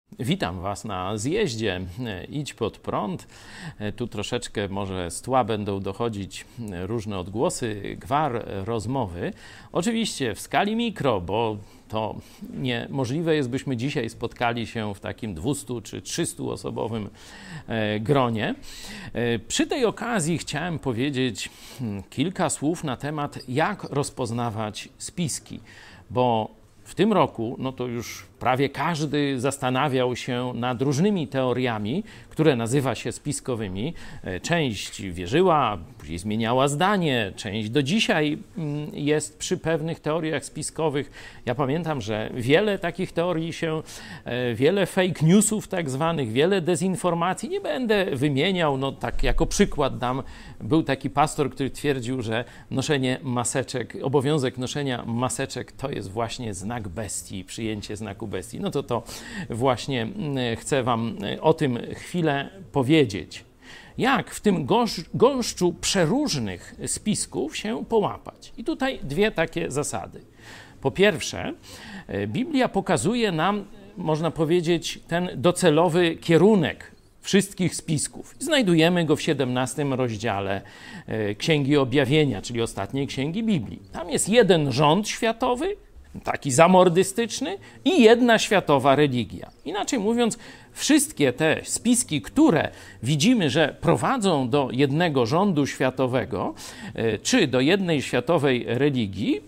Witam Was na zjeździe Idź Pod Prąd. Tu troszeczkę może z tła będą dochodzić różne odgłosy, gwar rozmowy. Oczywiście w skali mikro, bo to niemożliwe jest, byśmy dzisiaj spotkali się w takim 200 czy 300 osobowym gronie. Przy tej okazji chciałem powiedzieć kilka słów na temat, jak rozpoznawać spiski, bo w tym roku, no to już prawie każdy zastanawiał się nad różnymi teoriami, które nazywa się spiskowymi. Część wierzyła, później zmieniała zdanie, część do dzisiaj jest przy pewnych teoriach spiskowych. Ja pamiętam, że wiele takich teorii się, wiele fake newsów tak zwanych, wiele dezinformacji, nie będę wymieniał, no tak jako przykład dam, był taki pastor, który twierdził, że noszenie maseczek, obowiązek noszenia maseczek to jest właśnie znak bestii, przyjęcie znaku bestii. No to właśnie chcę Wam o tym chwilę powiedzieć. Jak w tym gąszczu przeróżnych spisków się połapać? I tutaj dwie takie zasady. Po pierwsze, Biblia pokazuje nam, można powiedzieć, ten docelowy kierunek wszystkich spisków. Znajdujemy go w 17 rozdziale Księgi Objawienia, czyli ostatniej księgi Biblii. Tam jest jeden rząd światowy, taki zamordystyczny i jedna światowa religia. Inaczej mówiąc, wszystkie te spiski, które widzimy, że prowadzą do jednego rządu światowego, czy do jednej światowej religii,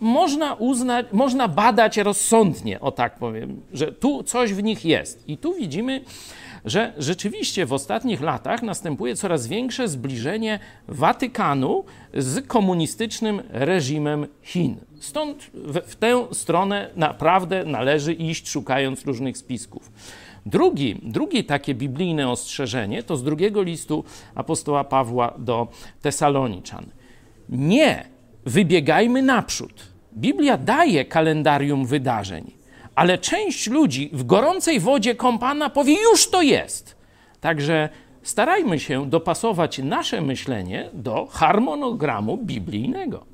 można badać rozsądnie, o tak powiem, że tu coś w nich jest. I tu widzimy, że rzeczywiście w ostatnich latach następuje coraz większe zbliżenie Watykanu z komunistycznym reżimem Chin. Stąd w tę stronę naprawdę należy iść, szukając różnych spisków. Drugie takie biblijne ostrzeżenie to z drugiego listu apostoła Pawła do Tesaloniczan. Nie wybiegajmy naprzód. Biblia daje kalendarium wydarzeń, ale część ludzi w gorącej wodzie kąpana powie, już to jest. Także starajmy się dopasować nasze myślenie do harmonogramu biblijnego.